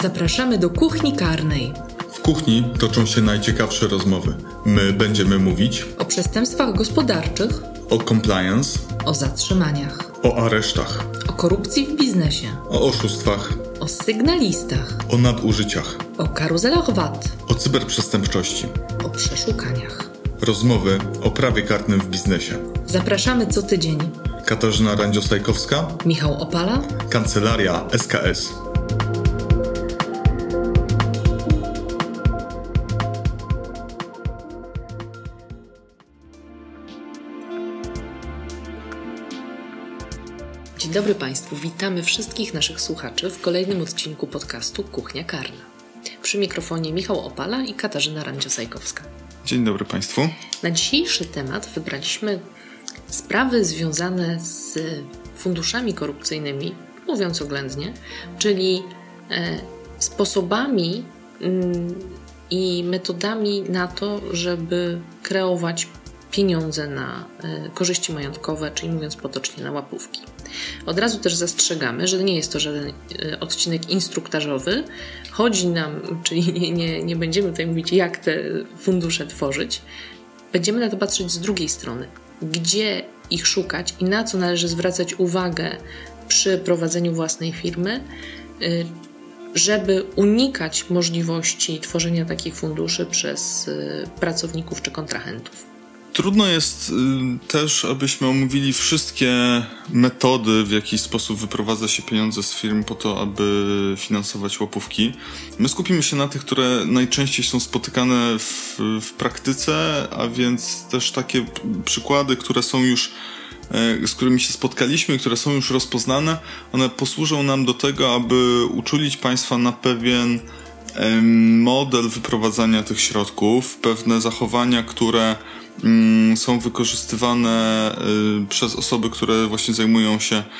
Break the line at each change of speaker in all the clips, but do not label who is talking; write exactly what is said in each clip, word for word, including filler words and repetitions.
Zapraszamy do kuchni karnej.
W kuchni toczą się najciekawsze rozmowy. My będziemy mówić
o przestępstwach gospodarczych,
o compliance,
o zatrzymaniach,
o aresztach,
o korupcji w biznesie,
o oszustwach,
o sygnalistach,
o nadużyciach,
o karuzelach V A T,
o cyberprzestępczości,
o przeszukaniach.
Rozmowy o prawie karnym w biznesie.
Zapraszamy co tydzień.
Katarzyna Randziosajkowska,
Michał Opala,
Kancelaria S K S.
Dzień dobry Państwu, witamy wszystkich naszych słuchaczy w kolejnym odcinku podcastu Kuchnia Karna. Przy mikrofonie Michał Opala i Katarzyna Randziosajkowska.
Dzień dobry Państwu.
Na dzisiejszy temat wybraliśmy sprawy związane z funduszami korupcyjnymi, mówiąc oględnie, czyli e, sposobami mm, i metodami na to, żeby kreować pieniądze na e, korzyści majątkowe, czyli mówiąc potocznie na łapówki. Od razu też zastrzegamy, że nie jest to żaden e, odcinek instruktażowy. Chodzi nam, czyli nie, nie, nie będziemy tutaj mówić, jak te fundusze tworzyć. Będziemy na to patrzeć z drugiej strony. Gdzie ich szukać i na co należy zwracać uwagę przy prowadzeniu własnej firmy, e, żeby unikać możliwości tworzenia takich funduszy przez e, pracowników czy kontrahentów.
Trudno jest y, też, abyśmy omówili wszystkie metody, w jaki sposób wyprowadza się pieniądze z firm po to, aby finansować łapówki. My skupimy się na tych, które najczęściej są spotykane w, w praktyce, a więc też takie przykłady, które są już, y, z którymi się spotkaliśmy, które są już rozpoznane, one posłużą nam do tego, aby uczulić Państwa na pewien y, model wyprowadzania tych środków, pewne zachowania, które są wykorzystywane y, przez osoby, które właśnie zajmują się y,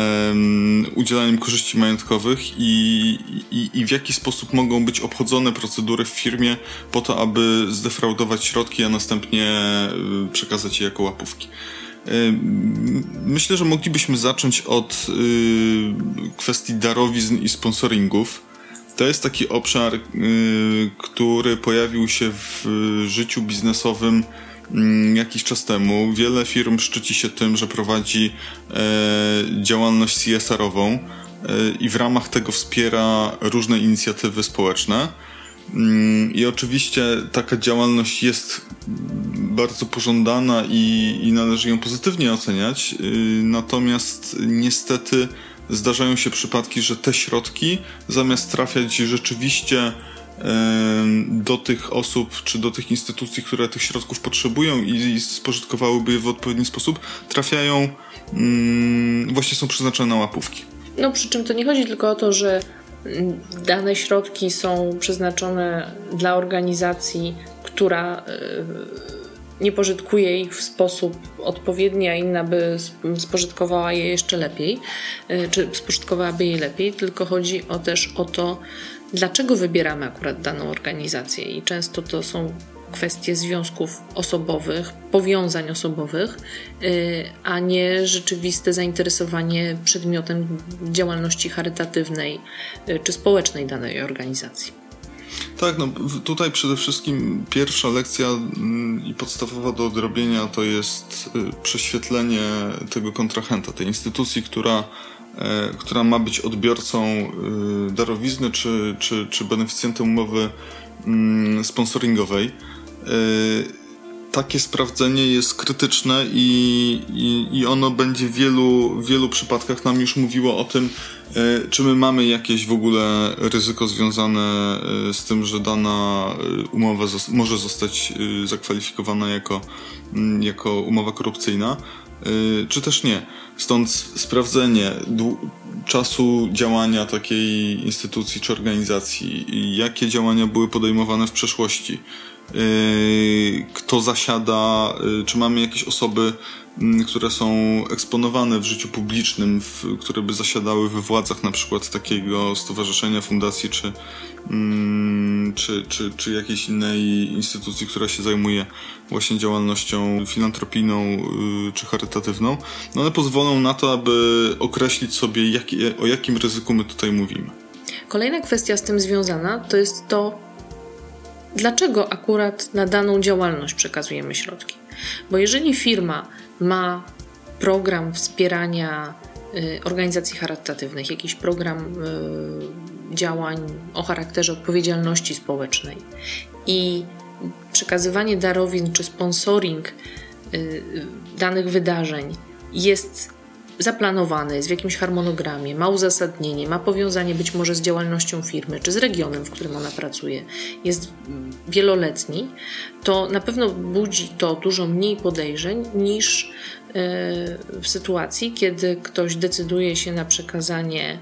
udzielaniem korzyści majątkowych i, i, i w jaki sposób mogą być obchodzone procedury w firmie po to, aby zdefraudować środki, a następnie y, przekazać je jako łapówki. Y, myślę, że moglibyśmy zacząć od y, kwestii darowizn i sponsoringów. To jest taki obszar, y, który pojawił się w y, życiu biznesowym jakiś czas temu. Wiele firm szczyci się tym, że prowadzi e, działalność C S R-ową e, i w ramach tego wspiera różne inicjatywy społeczne. Mm, I oczywiście taka działalność jest bardzo pożądana i, i należy ją pozytywnie oceniać. E, natomiast niestety zdarzają się przypadki, że te środki zamiast trafiać rzeczywiście do tych osób, czy do tych instytucji, które tych środków potrzebują i spożytkowałyby je w odpowiedni sposób, trafiają, mm, właśnie są przeznaczone na łapówki.
No przy czym to nie chodzi tylko o to, że dane środki są przeznaczone dla organizacji, która yy, nie pożytkuje ich w sposób odpowiedni, a inna by spożytkowała je jeszcze lepiej, yy, czy spożytkowałaby je lepiej, tylko chodzi o też o to, dlaczego wybieramy akurat daną organizację i często to są kwestie związków osobowych, powiązań osobowych, a nie rzeczywiste zainteresowanie przedmiotem działalności charytatywnej czy społecznej danej organizacji.
Tak, no tutaj przede wszystkim pierwsza lekcja i podstawowa do odrobienia to jest prześwietlenie tego kontrahenta, tej instytucji, która która ma być odbiorcą darowizny czy, czy, czy beneficjentem umowy sponsoringowej. Takie sprawdzenie jest krytyczne i, i, i ono będzie w wielu, w wielu przypadkach nam już mówiło o tym, czy my mamy jakieś w ogóle ryzyko związane z tym, że dana umowa zos- może zostać zakwalifikowana jako, jako umowa korupcyjna, czy też nie. Stąd sprawdzenie dłu- czasu działania takiej instytucji czy organizacji, jakie działania były podejmowane w przeszłości, yy, kto zasiada, yy, czy mamy jakieś osoby, yy, które są eksponowane w życiu publicznym, w, które by zasiadały we władzach na przykład takiego stowarzyszenia, fundacji czy, yy, czy, czy, czy jakiejś innej instytucji, która się zajmuje właśnie działalnością filantropijną yy, czy charytatywną. No one pozwolą na to, aby określić sobie, jak, o jakim ryzyku my tutaj mówimy.
Kolejna kwestia z tym związana to jest to, dlaczego akurat na daną działalność przekazujemy środki. Bo jeżeli firma ma program wspierania y, organizacji charytatywnych, jakiś program y, działań o charakterze odpowiedzialności społecznej i przekazywanie darowizn czy sponsoring y, danych wydarzeń jest zaplanowany, jest w jakimś harmonogramie, ma uzasadnienie, ma powiązanie być może z działalnością firmy, czy z regionem, w którym ona pracuje, jest wieloletni, to na pewno budzi to dużo mniej podejrzeń niż w sytuacji, kiedy ktoś decyduje się na przekazanie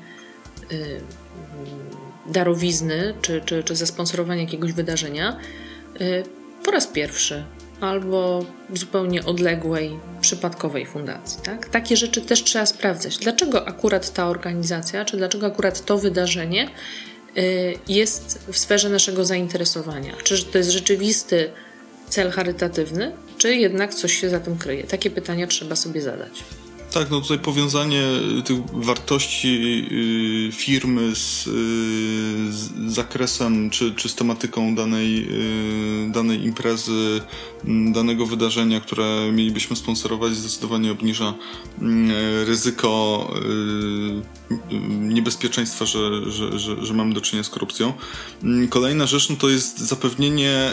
darowizny, czy, czy, czy zasponsorowanie jakiegoś wydarzenia po raz pierwszy, albo zupełnie odległej, przypadkowej fundacji. Tak? Takie rzeczy też trzeba sprawdzać. Dlaczego akurat ta organizacja, czy dlaczego akurat to wydarzenie y, jest w sferze naszego zainteresowania? Czy to jest rzeczywisty cel charytatywny, czy jednak coś się za tym kryje? Takie pytania trzeba sobie zadać.
Tak, no tutaj powiązanie tych wartości y, firmy z, y, z zakresem czy, czy z tematyką danej, y, danej imprezy, y, danego wydarzenia, które mielibyśmy sponsorować, zdecydowanie obniża y, ryzyko y, y, niebezpieczeństwa, że, że, że, że mamy do czynienia z korupcją. Y, kolejna rzecz no to jest zapewnienie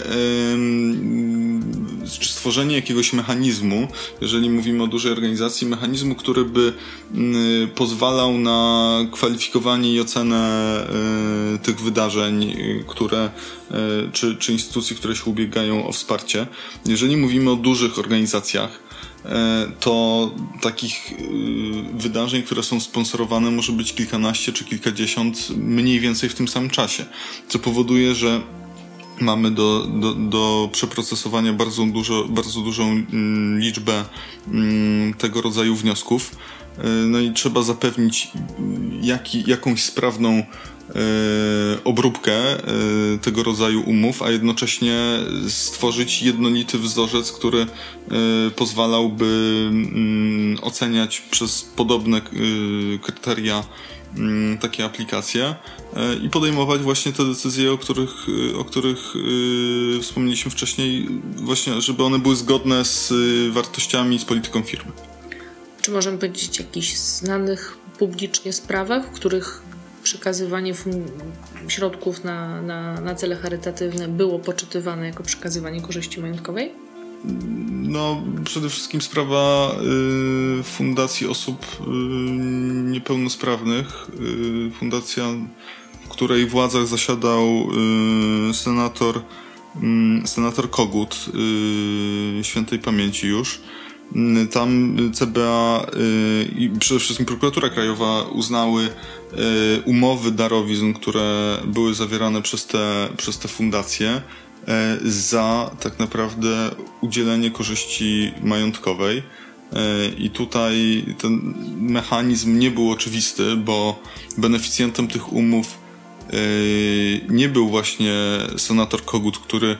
y, czy stworzenie jakiegoś mechanizmu, jeżeli mówimy o dużej organizacji, mechanizmu, który by y, pozwalał na kwalifikowanie i ocenę y, tych wydarzeń, y, które, y, czy, czy instytucji, które się ubiegają o wsparcie. Jeżeli mówimy o dużych organizacjach, y, to takich y, wydarzeń, które są sponsorowane, może być kilkanaście czy kilkadziesiąt mniej więcej w tym samym czasie, co powoduje, że mamy do, do, do przeprocesowania bardzo, dużo, bardzo dużą liczbę tego rodzaju wniosków. No i trzeba zapewnić jaki, jakąś sprawną obróbkę tego rodzaju umów, a jednocześnie stworzyć jednolity wzorzec, który pozwalałby oceniać przez podobne kryteria takie aplikacje i podejmować właśnie te decyzje, o których, o których yy, wspomnieliśmy wcześniej, właśnie, żeby one były zgodne z wartościami, z polityką firmy.
Czy możemy powiedzieć o jakichś znanych publicznie sprawach, w których przekazywanie fun- środków na, na, na cele charytatywne było poczytywane jako przekazywanie korzyści majątkowej?
No, przede wszystkim sprawa y, Fundacji Osób y, Niepełnosprawnych. Y, fundacja, w której władzach zasiadał y, senator, y, senator Kogut, y, świętej pamięci już. Y, tam C B A y, i przede wszystkim Prokuratura Krajowa uznały y, umowy darowizn, które były zawierane przez te, przez te fundacje, za tak naprawdę udzielenie korzyści majątkowej. I tutaj ten mechanizm nie był oczywisty, bo beneficjentem tych umów nie był właśnie senator Kogut, który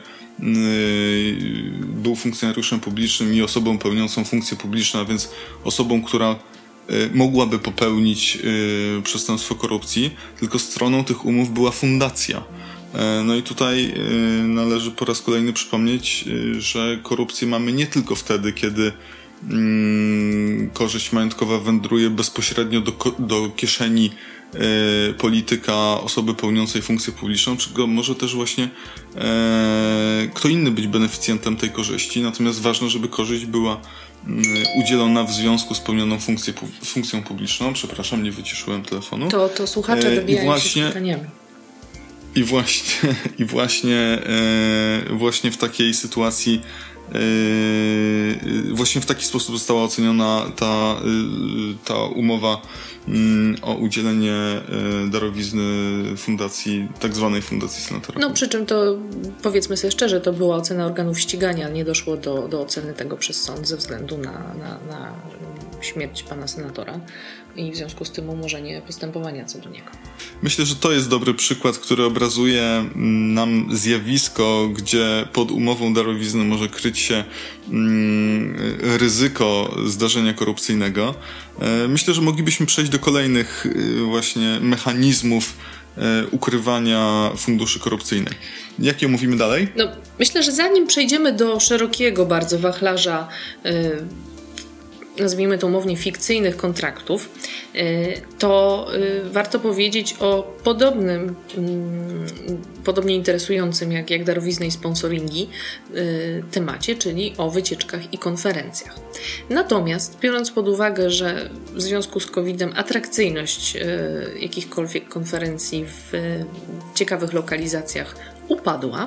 był funkcjonariuszem publicznym i osobą pełniącą funkcję publiczną, a więc osobą, która mogłaby popełnić przestępstwo korupcji, tylko stroną tych umów była fundacja. No i tutaj należy po raz kolejny przypomnieć, że korupcję mamy nie tylko wtedy, kiedy korzyść majątkowa wędruje bezpośrednio do, do kieszeni polityka, osoby pełniącej funkcję publiczną, czy może też właśnie kto inny być beneficjentem tej korzyści, natomiast ważne, żeby korzyść była udzielona w związku z pełnioną funkcję, funkcją publiczną. Przepraszam, nie wyciszyłem telefonu.
To, to słuchacze dobijają
właśnie,
się z pytaniami.
I właśnie, i właśnie, e, właśnie w takiej sytuacji, e, właśnie w taki sposób została oceniona ta, e, ta umowa m, o udzielenie e, darowizny fundacji, tak zwanej Fundacji Senatora.
No przy czym to, powiedzmy sobie szczerze, to była ocena organów ścigania, nie doszło do, do oceny tego przez sąd ze względu na, na, na śmierć pana senatora i w związku z tym umorzenie postępowania co do niego.
Myślę, że to jest dobry przykład, który obrazuje nam zjawisko, gdzie pod umową darowizny może kryć się mm, ryzyko zdarzenia korupcyjnego. Myślę, że moglibyśmy przejść do kolejnych właśnie mechanizmów ukrywania funduszy korupcyjnych. Jak je omówimy dalej?
No, myślę, że zanim przejdziemy do szerokiego bardzo wachlarza yy, nazwijmy to umownie fikcyjnych kontraktów, to warto powiedzieć o podobnym, podobnie interesującym jak, jak darowizny i sponsoringi temacie, czyli o wycieczkach i konferencjach. Natomiast biorąc pod uwagę, że w związku z kowidem atrakcyjność jakichkolwiek konferencji w ciekawych lokalizacjach upadła,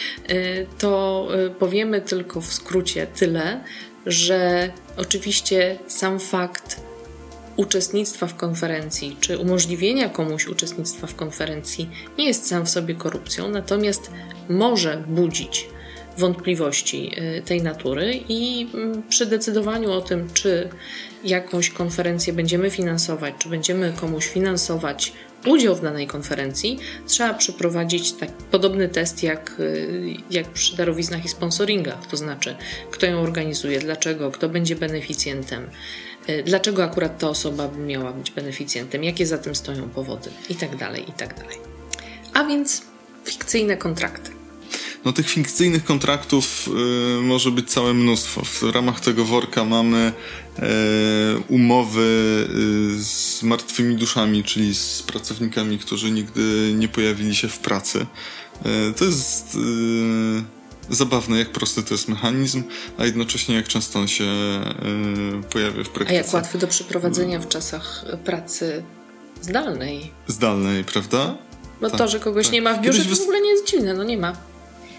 to powiemy tylko w skrócie tyle, że oczywiście sam fakt uczestnictwa w konferencji, czy umożliwienia komuś uczestnictwa w konferencji nie jest sam w sobie korupcją, natomiast może budzić wątpliwości tej natury i przy decydowaniu o tym, czy jakąś konferencję będziemy finansować, czy będziemy komuś finansować udział w danej konferencji, trzeba przeprowadzić tak podobny test jak, jak przy darowiznach i sponsoringach, to znaczy kto ją organizuje, dlaczego, kto będzie beneficjentem, dlaczego akurat ta osoba miała być beneficjentem, jakie za tym stoją powody i tak dalej, i tak dalej. A więc fikcyjne kontrakty.
No tych fikcyjnych kontraktów y, może być całe mnóstwo. W ramach tego worka mamy y, umowy y, z martwymi duszami, czyli z pracownikami, którzy nigdy nie pojawili się w pracy. Y, to jest y, zabawne, jak prosty to jest mechanizm, a jednocześnie jak często on się y, pojawia w praktyce.
A jak łatwy do przeprowadzenia w czasach pracy zdalnej.
Zdalnej, prawda?
No tak, to, że kogoś tak. nie ma w biurze, Kiedyś to w ogóle nie jest dziwne, no nie ma.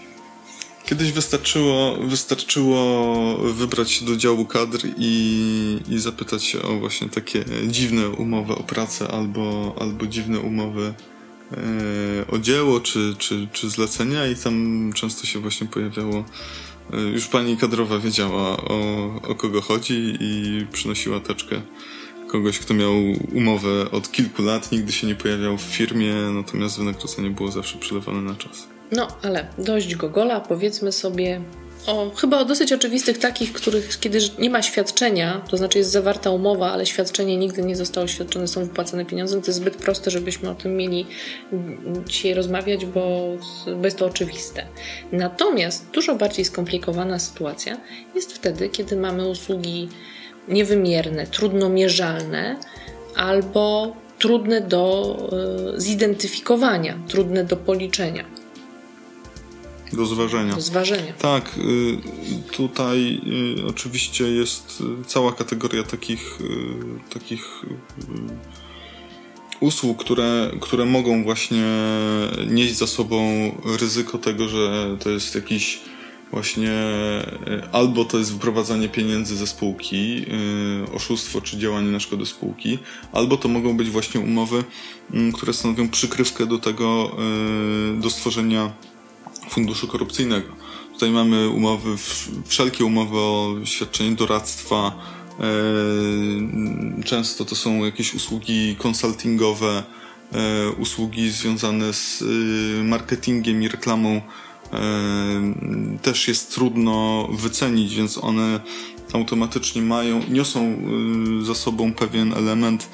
Kiedyś wystarczyło, wystarczyło wybrać się do działu kadr i, i zapytać się o właśnie takie dziwne umowy o pracę albo, albo dziwne umowy e, o dzieło czy, czy, czy zlecenia i tam często się właśnie pojawiało, e, już pani kadrowa wiedziała o, o kogo chodzi i przynosiła teczkę kogoś, kto miał umowę od kilku lat, nigdy się nie pojawiał w firmie, natomiast wynagrodzenie było zawsze przylewane na czas.
No, ale dość gogola, powiedzmy sobie o chyba o dosyć oczywistych takich, których kiedy nie ma świadczenia, to znaczy jest zawarta umowa, ale świadczenie nigdy nie zostało świadczone, są wypłacane pieniądze, to jest zbyt proste, żebyśmy o tym mieli dzisiaj rozmawiać, bo, bo jest to oczywiste. Natomiast dużo bardziej skomplikowana sytuacja jest wtedy, kiedy mamy usługi niewymierne, trudno mierzalne albo trudne do y, zidentyfikowania, trudne do policzenia.
Do zważenia.
Do zważenia.
Tak, y, tutaj y, oczywiście jest cała kategoria takich, y, takich y, usług, które, które mogą właśnie nieść za sobą ryzyko tego, że to jest jakiś właśnie albo to jest wyprowadzanie pieniędzy ze spółki, yy, oszustwo czy działanie na szkodę spółki, albo to mogą być właśnie umowy, yy, które stanowią przykrywkę do tego, yy, do stworzenia funduszu korupcyjnego. Tutaj mamy umowy, wszelkie umowy o świadczenie doradztwa, yy, często to są jakieś usługi konsultingowe, yy, usługi związane z yy, marketingiem i reklamą, też jest trudno wycenić, więc one automatycznie mają, niosą za sobą pewien element,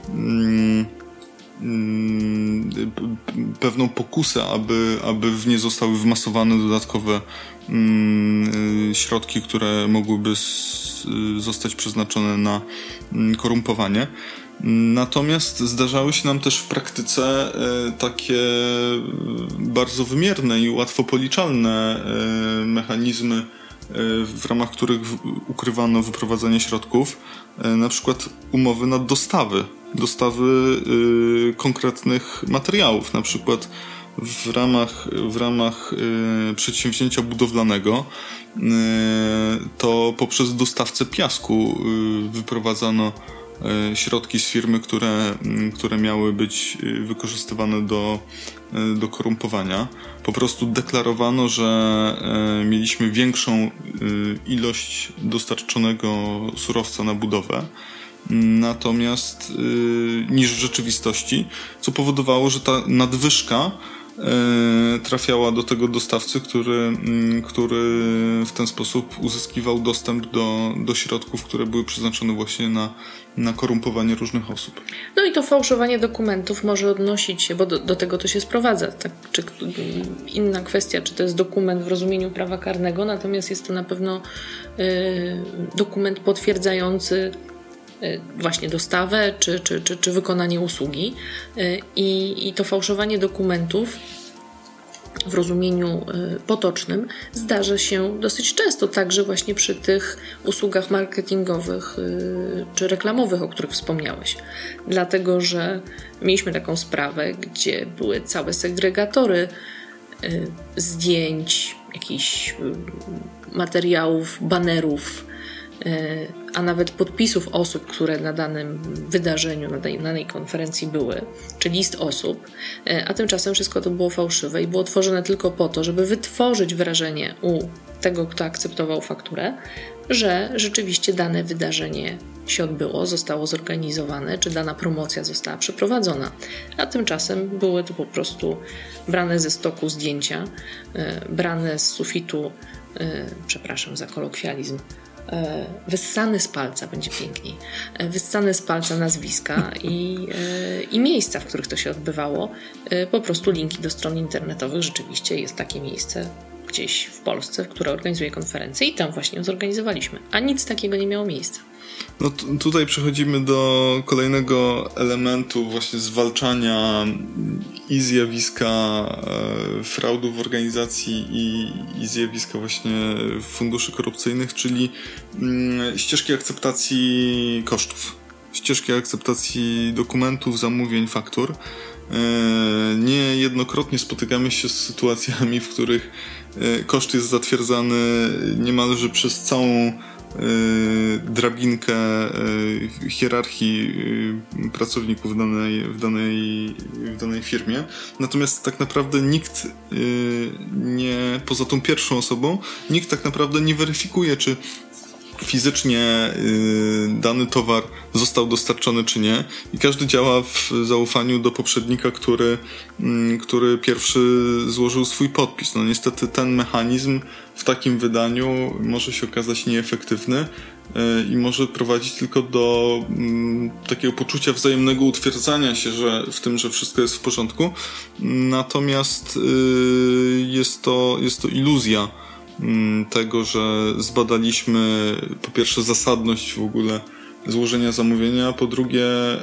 pewną pokusę, aby, aby w nie zostały wmasowane dodatkowe środki, które mogłyby zostać przeznaczone na korumpowanie. Natomiast zdarzały się nam też w praktyce takie bardzo wymierne i łatwo policzalne mechanizmy, w ramach których ukrywano wyprowadzanie środków, na przykład umowy na dostawy, dostawy konkretnych materiałów, na przykład w ramach, w ramach przedsięwzięcia budowlanego to poprzez dostawcę piasku wyprowadzano środki z firmy, które, które miały być wykorzystywane do do korumpowania. Po prostu deklarowano, że mieliśmy większą ilość dostarczonego surowca na budowę, natomiast niż w rzeczywistości, co powodowało, że ta nadwyżka trafiała do tego dostawcy, który, który w ten sposób uzyskiwał dostęp do, do środków, które były przeznaczone właśnie na, na korumpowanie różnych osób.
No i to fałszowanie dokumentów może odnosić się, bo do, do tego to się sprowadza. Tak, czy, inna kwestia, czy to jest dokument w rozumieniu prawa karnego, natomiast jest to na pewno y, dokument potwierdzający właśnie dostawę czy, czy, czy, czy wykonanie usługi. I, i to fałszowanie dokumentów w rozumieniu potocznym zdarza się dosyć często, także właśnie przy tych usługach marketingowych czy reklamowych, o których wspomniałeś. Dlatego, że mieliśmy taką sprawę, gdzie były całe segregatory zdjęć, jakichś materiałów, banerów, a nawet podpisów osób, które na danym wydarzeniu, na danej, danej konferencji były, czy list osób, a tymczasem wszystko to było fałszywe i było tworzone tylko po to, żeby wytworzyć wrażenie u tego, kto akceptował fakturę, że rzeczywiście dane wydarzenie się odbyło, zostało zorganizowane, czy dana promocja została przeprowadzona. A tymczasem były to po prostu brane ze stoku zdjęcia, brane z sufitu, przepraszam za kolokwializm, wyssane z palca, będzie piękniej, wyssane z palca nazwiska i, i miejsca, w których to się odbywało. Po prostu linki do stron internetowych. Rzeczywiście jest takie miejsce gdzieś w Polsce, które organizuje konferencję i tam właśnie ją zorganizowaliśmy. A nic takiego nie miało miejsca.
No t- tutaj przechodzimy do kolejnego elementu właśnie zwalczania i zjawiska e, fraudu w organizacji i, i zjawiska właśnie funduszy korupcyjnych, czyli mm, ścieżki akceptacji kosztów, ścieżki akceptacji dokumentów, zamówień, faktur. E, niejednokrotnie spotykamy się z sytuacjami, w których e, koszt jest zatwierdzany niemalże przez całą drabinkę hierarchii pracowników w danej, w danej, w danej firmie. Natomiast tak naprawdę nikt nie, poza tą pierwszą osobą, nikt tak naprawdę nie weryfikuje, czy fizycznie dany towar został dostarczony czy nie i każdy działa w zaufaniu do poprzednika, który, który pierwszy złożył swój podpis. No niestety ten mechanizm w takim wydaniu może się okazać nieefektywny i może prowadzić tylko do takiego poczucia wzajemnego utwierdzania się, że w tym, że wszystko jest w porządku. Natomiast jest to, jest to iluzja tego, że zbadaliśmy po pierwsze zasadność w ogóle złożenia zamówienia, a po drugie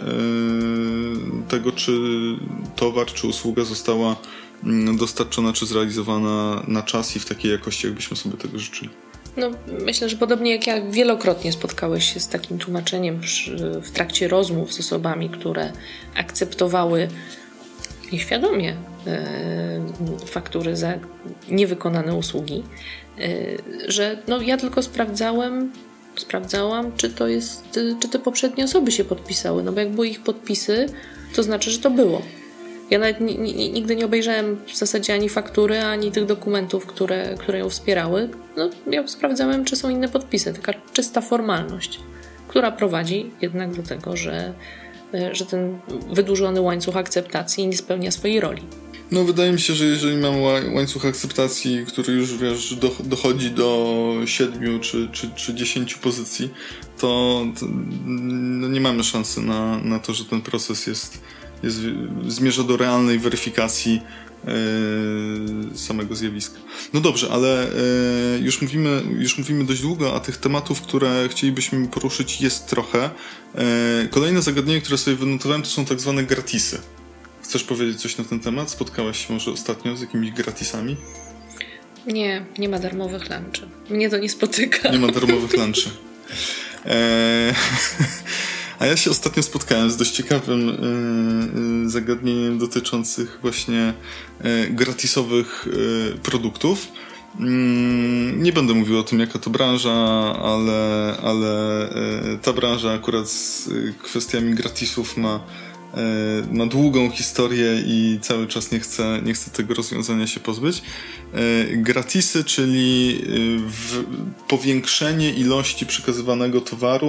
tego, czy towar, czy usługa została dostarczona, czy zrealizowana na czas i w takiej jakości, jakbyśmy sobie tego życzyli.
No, myślę, że podobnie jak ja wielokrotnie spotkałeś się z takim tłumaczeniem przy, w trakcie rozmów z osobami, które akceptowały nieświadomie yy, faktury za niewykonane usługi, yy, że no, ja tylko sprawdzałem, sprawdzałam, czy to jest, czy te poprzednie osoby się podpisały, no bo jak były ich podpisy, to znaczy, że to było. Ja nawet n- n- nigdy nie obejrzałem w zasadzie ani faktury, ani tych dokumentów, które, które ją wspierały. No, ja sprawdzałem, czy są inne podpisy. Taka czysta formalność, która prowadzi jednak do tego, że, że ten wydłużony łańcuch akceptacji nie spełnia swojej roli.
No wydaje mi się, że jeżeli mamy łańcuch akceptacji, który już wiesz, dochodzi do siedmiu czy, czy, czy dziesięciu pozycji, to, to no nie mamy szansy na, na to, że ten proces jest, jest zmierza do realnej weryfikacji yy, samego zjawiska. No dobrze, ale yy, już mówimy, już mówimy dość długo, a tych tematów, które chcielibyśmy poruszyć, jest trochę. Yy, kolejne zagadnienie, które sobie wynotowałem, to są tak zwane gratisy. Chcesz powiedzieć coś na ten temat? Spotkałaś się może ostatnio z jakimiś gratisami?
Nie, nie ma darmowych lunchy. Mnie to nie spotyka.
Nie ma darmowych lunchy. Eee, a ja się ostatnio spotkałem z dość ciekawym e, zagadnieniem dotyczących właśnie e, gratisowych e, produktów. Mm, nie będę mówił o tym, jaka to branża, ale, ale e, ta branża akurat z kwestiami gratisów ma ma długą historię i cały czas nie chce, nie chce tego rozwiązania się pozbyć. Gratisy, czyli w powiększenie ilości przekazywanego towaru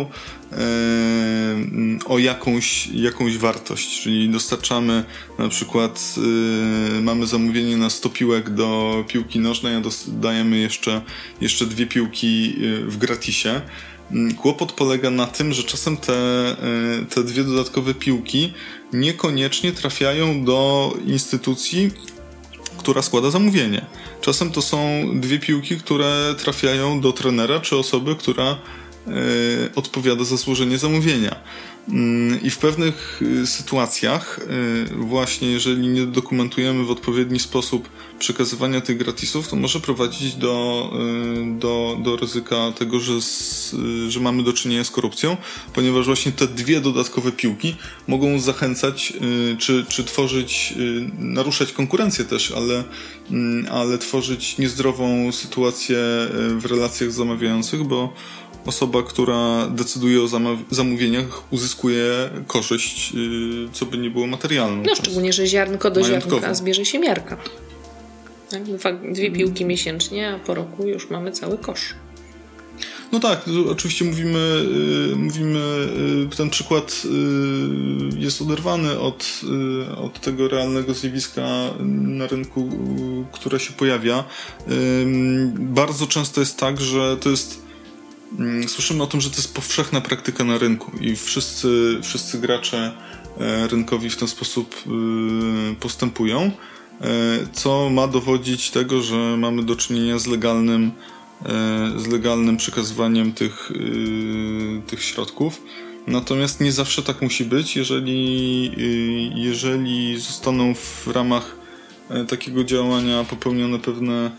o jakąś, jakąś wartość, czyli dostarczamy na przykład mamy zamówienie na sto piłek do piłki nożnej, a dajemy jeszcze, jeszcze dwie piłki w gratisie. Kłopot polega na tym, że czasem te, te dwie dodatkowe piłki niekoniecznie trafiają do instytucji, która składa zamówienie. Czasem to są dwie piłki, które trafiają do trenera czy osoby, która y, odpowiada za złożenie zamówienia. Y, I w pewnych sytuacjach y, właśnie jeżeli nie dokumentujemy w odpowiedni sposób przekazywania tych gratisów, to może prowadzić do, y, do, do ryzyka tego, że, z, y, że mamy do czynienia z korupcją, ponieważ właśnie te dwie dodatkowe piłki mogą zachęcać y, czy, czy tworzyć, y, naruszać konkurencję też, ale, y, ale tworzyć niezdrową sytuację w relacjach zamawiających, bo osoba, która decyduje o zamaw- zamówieniach, uzyskuje korzyść, yy, co by nie było materialną.
No szczególnie, że ziarnko do
majątkowo.
ziarnka zbierze się miarka. Tak? Dwie piłki miesięcznie, a po roku już mamy cały kosz.
No tak, oczywiście mówimy, yy, mówimy yy, ten przykład yy, jest oderwany od, yy, od tego realnego zjawiska na rynku, yy, które się pojawia. Yy, bardzo często jest tak, że to jest Słyszymy o tym, że to jest powszechna praktyka na rynku i wszyscy, wszyscy gracze rynkowi w ten sposób postępują, co ma dowodzić tego, że mamy do czynienia z legalnym, z legalnym przekazywaniem tych, tych środków. Natomiast nie zawsze tak musi być, jeżeli, jeżeli zostaną w ramach takiego działania popełnione pewne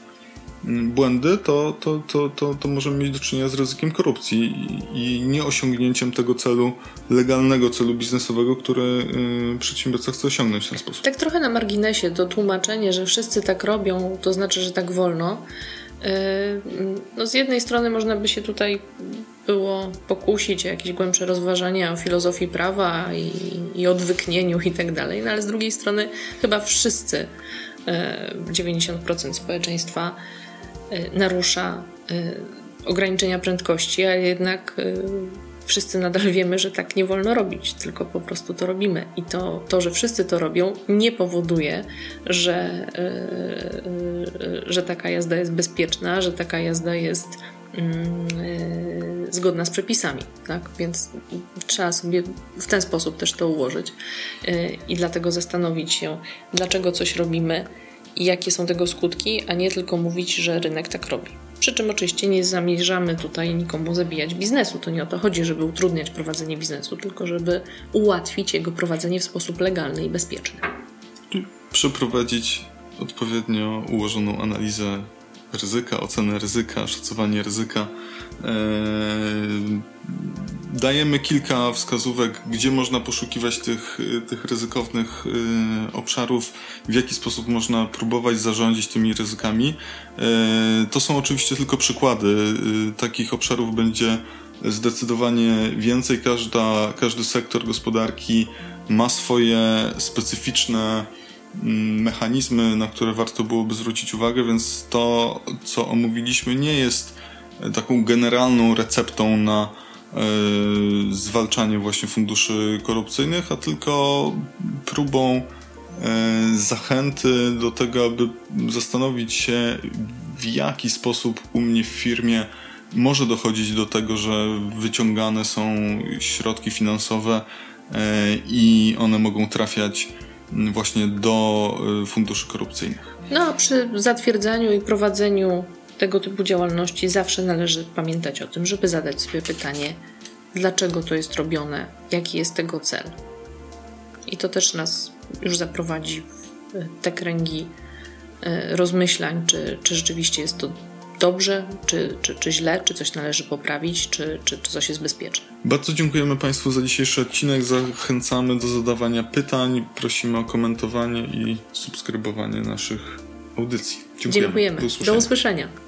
błędy, to, to, to, to, to możemy mieć do czynienia z ryzykiem korupcji i, i nieosiągnięciem tego celu, legalnego celu biznesowego, który y, przedsiębiorca chce osiągnąć w ten sposób.
Tak trochę na marginesie to tłumaczenie, że wszyscy tak robią, to znaczy, że tak wolno. Yy, no z jednej strony można by się tutaj było pokusić o jakieś głębsze rozważania o filozofii prawa i, i odwyknieniu i tak dalej, no ale z drugiej strony chyba wszyscy, yy, dziewięćdziesiąt procent społeczeństwa narusza y, ograniczenia prędkości, a jednak y, wszyscy nadal wiemy, że tak nie wolno robić, tylko po prostu to robimy. I to, to że wszyscy to robią, nie powoduje, że, y, y, że taka jazda jest bezpieczna, że taka jazda jest y, y, zgodna z przepisami. Tak? Więc trzeba sobie w ten sposób też to ułożyć y, i dlatego zastanowić się, dlaczego coś robimy i jakie są tego skutki, a nie tylko mówić, że rynek tak robi. Przy czym oczywiście nie zamierzamy tutaj nikomu zabijać biznesu. To nie o to chodzi, żeby utrudniać prowadzenie biznesu, tylko żeby ułatwić jego prowadzenie w sposób legalny i bezpieczny.
Przeprowadzić odpowiednio ułożoną analizę ryzyka, ocenę ryzyka, szacowanie ryzyka. Eee, dajemy kilka wskazówek, gdzie można poszukiwać tych, tych ryzykownych e, obszarów, w jaki sposób można próbować zarządzić tymi ryzykami. E, to są oczywiście tylko przykłady. E, takich obszarów będzie zdecydowanie więcej. Każda, każdy sektor gospodarki ma swoje specyficzne mechanizmy, na które warto byłoby zwrócić uwagę, więc to, co omówiliśmy, nie jest taką generalną receptą na y, zwalczanie właśnie funduszy korupcyjnych, a tylko próbą y, zachęty do tego, aby zastanowić się, w jaki sposób u mnie w firmie może dochodzić do tego, że wyciągane są środki finansowe y, i one mogą trafiać właśnie do funduszy korupcyjnych.
No a przy zatwierdzaniu i prowadzeniu tego typu działalności zawsze należy pamiętać o tym, żeby zadać sobie pytanie, dlaczego to jest robione, jaki jest tego cel. I to też nas już zaprowadzi w te kręgi rozmyślań, czy, czy rzeczywiście jest to dobrze, czy, czy, czy źle, czy coś należy poprawić, czy, czy, czy coś jest bezpieczne.
Bardzo dziękujemy Państwu za dzisiejszy odcinek. Zachęcamy do zadawania pytań. Prosimy o komentowanie i subskrybowanie naszych audycji. Dziękujemy.
Dziękujemy.
Do usłyszenia.
Do usłyszenia.